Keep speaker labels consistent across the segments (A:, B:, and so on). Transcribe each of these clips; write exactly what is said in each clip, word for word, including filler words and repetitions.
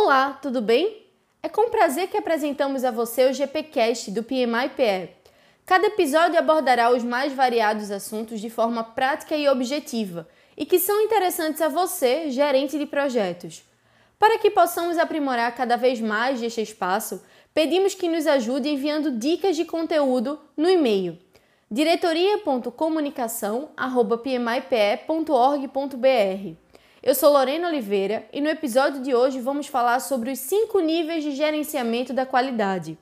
A: Olá, tudo bem? É com prazer que apresentamos a você o GPcast do P M I P E. Cada episódio abordará os mais variados assuntos de forma prática e objetiva e que são interessantes a você, gerente de projetos. Para que possamos aprimorar cada vez mais este espaço, pedimos que nos ajude enviando dicas de conteúdo no e-mail diretoria ponto comunicação arroba p m i p e ponto org ponto b r. Eu sou Lorena Oliveira e no episódio de hoje vamos falar sobre os cinco níveis de gerenciamento da qualidade.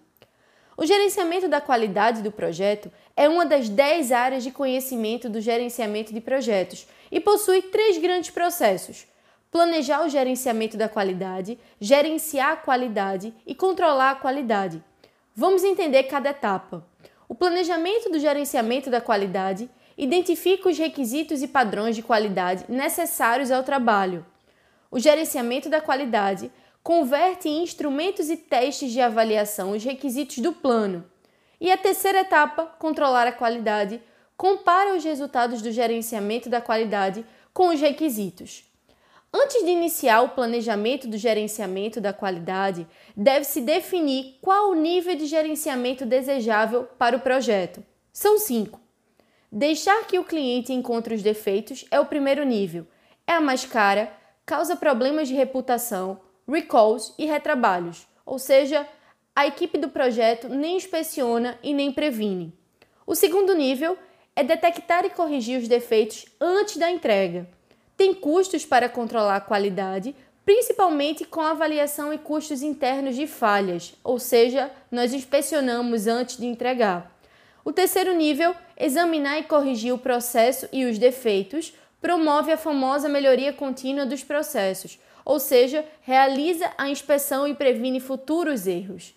A: O gerenciamento da qualidade do projeto é uma das dez áreas de conhecimento do gerenciamento de projetos e possui três grandes processos: planejar o gerenciamento da qualidade, gerenciar a qualidade e controlar a qualidade. Vamos entender cada etapa. O planejamento do gerenciamento da qualidade identifica os requisitos e padrões de qualidade necessários ao trabalho. O gerenciamento da qualidade converte em instrumentos e testes de avaliação os requisitos do plano. E a terceira etapa, controlar a qualidade, compara os resultados do gerenciamento da qualidade com os requisitos. Antes de iniciar o planejamento do gerenciamento da qualidade, deve-se definir qual o nível de gerenciamento desejável para o projeto. São cinco. Deixar que o cliente encontre os defeitos é o primeiro nível. É a mais cara, causa problemas de reputação, recalls e retrabalhos, ou seja, a equipe do projeto nem inspeciona e nem previne. O segundo nível é detectar e corrigir os defeitos antes da entrega. Tem custos para controlar a qualidade, principalmente com avaliação e custos internos de falhas, ou seja, nós inspecionamos antes de entregar. O terceiro nível, examinar e corrigir o processo e os defeitos, promove a famosa melhoria contínua dos processos, ou seja, realiza a inspeção e previne futuros erros.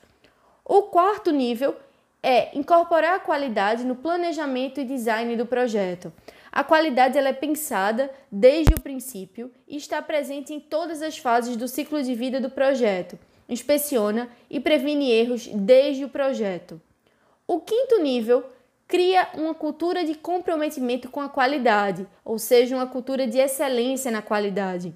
A: O quarto nível é incorporar a qualidade no planejamento e design do projeto. A qualidade ela é pensada desde o princípio e está presente em todas as fases do ciclo de vida do projeto, inspeciona e previne erros desde o projeto. O quinto nível cria uma cultura de comprometimento com a qualidade, ou seja, uma cultura de excelência na qualidade.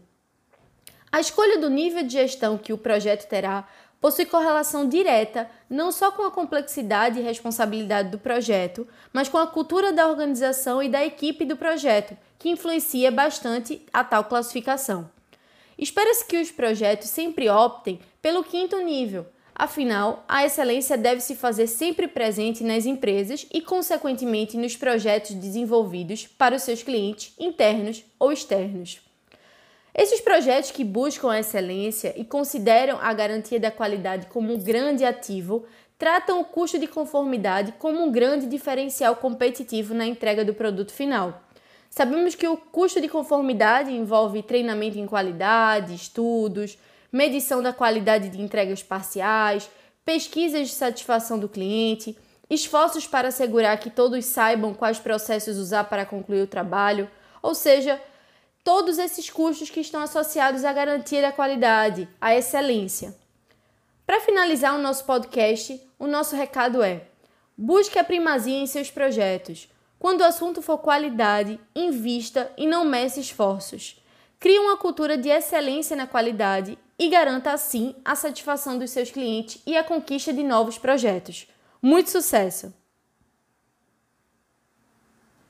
A: A escolha do nível de gestão que o projeto terá possui correlação direta não só com a complexidade e responsabilidade do projeto, mas com a cultura da organização e da equipe do projeto, que influencia bastante a tal classificação. Espera-se que os projetos sempre optem pelo quinto nível. Afinal, a excelência deve se fazer sempre presente nas empresas e, consequentemente, nos projetos desenvolvidos para os seus clientes internos ou externos. Esses projetos que buscam a excelência e consideram a garantia da qualidade como um grande ativo, tratam o custo de conformidade como um grande diferencial competitivo na entrega do produto final. Sabemos que o custo de conformidade envolve treinamento em qualidade, estudos, medição da qualidade de entregas parciais, pesquisas de satisfação do cliente, esforços para assegurar que todos saibam quais processos usar para concluir o trabalho, ou seja, todos esses custos que estão associados à garantia da qualidade, à excelência. Para finalizar o nosso podcast, o nosso recado é: busque a primazia em seus projetos. Quando o assunto for qualidade, invista e não meça esforços. Crie uma cultura de excelência na qualidade e garanta assim a satisfação dos seus clientes e a conquista de novos projetos. Muito sucesso!